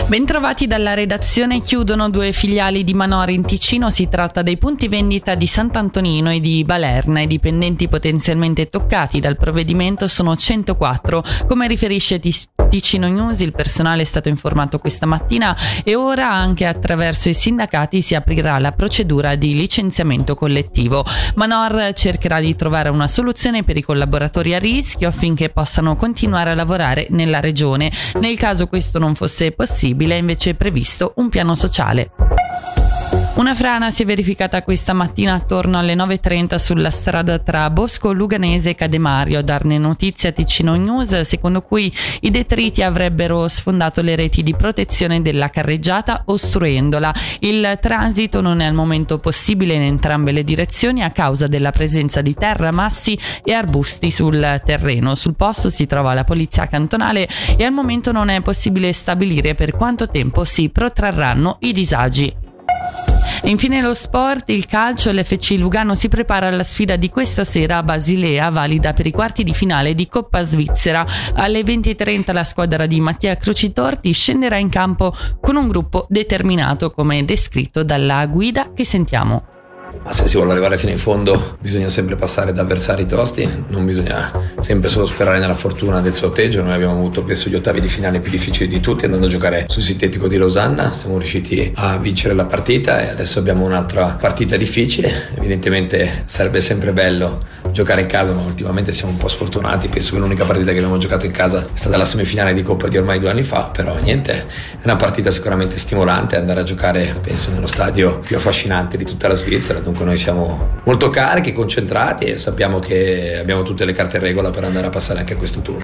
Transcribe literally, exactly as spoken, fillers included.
Bentrovati dalla redazione. Chiudono due filiali di Manor in Ticino. Si tratta dei punti vendita di Sant'Antonino e di Balerna. I dipendenti potenzialmente toccati dal provvedimento sono centoquattro. Come riferisce Ticino News, il personale è stato informato questa mattina e ora anche attraverso i sindacati si aprirà la procedura di licenziamento collettivo. Manor cercherà di trovare una soluzione per i collaboratori a rischio affinché possano continuare a lavorare nella regione. Nel caso questo non fosse possibile, è invece previsto un piano sociale. Una frana si è verificata questa mattina attorno alle nove e trenta sulla strada tra Bosco Luganese e Cademario. A darne notizia Ticino News, secondo cui i detriti avrebbero sfondato le reti di protezione della carreggiata ostruendola. Il transito non è al momento possibile in entrambe le direzioni a causa della presenza di terra, massi e arbusti sul terreno. Sul posto si trova la polizia cantonale e al momento non è possibile stabilire per quanto tempo si protrarranno i disagi. E infine lo sport, il calcio. L'F C Lugano si prepara alla sfida di questa sera a Basilea, valida per i quarti di finale di Coppa Svizzera. Alle venti e trenta la squadra di Mattia Crucitorti scenderà in campo con un gruppo determinato, come descritto dalla guida che sentiamo. Ma se si vuole arrivare fino in fondo bisogna sempre passare da avversari tosti, non bisogna sempre solo sperare nella fortuna del sorteggio. Noi abbiamo avuto penso gli ottavi di finale più difficili di tutti, andando a giocare sul sintetico di Losanna, siamo riusciti a vincere la partita e adesso abbiamo un'altra partita difficile. Evidentemente sarebbe sempre bello giocare in casa, ma ultimamente siamo un po' sfortunati. Penso che l'unica partita che abbiamo giocato in casa è stata la semifinale di Coppa di ormai due anni fa, però niente, è una partita sicuramente stimolante, andare a giocare penso nello stadio più affascinante di tutta la Svizzera. Dunque noi siamo molto carichi, concentrati e sappiamo che abbiamo tutte le carte in regola per andare a passare anche a questo turno.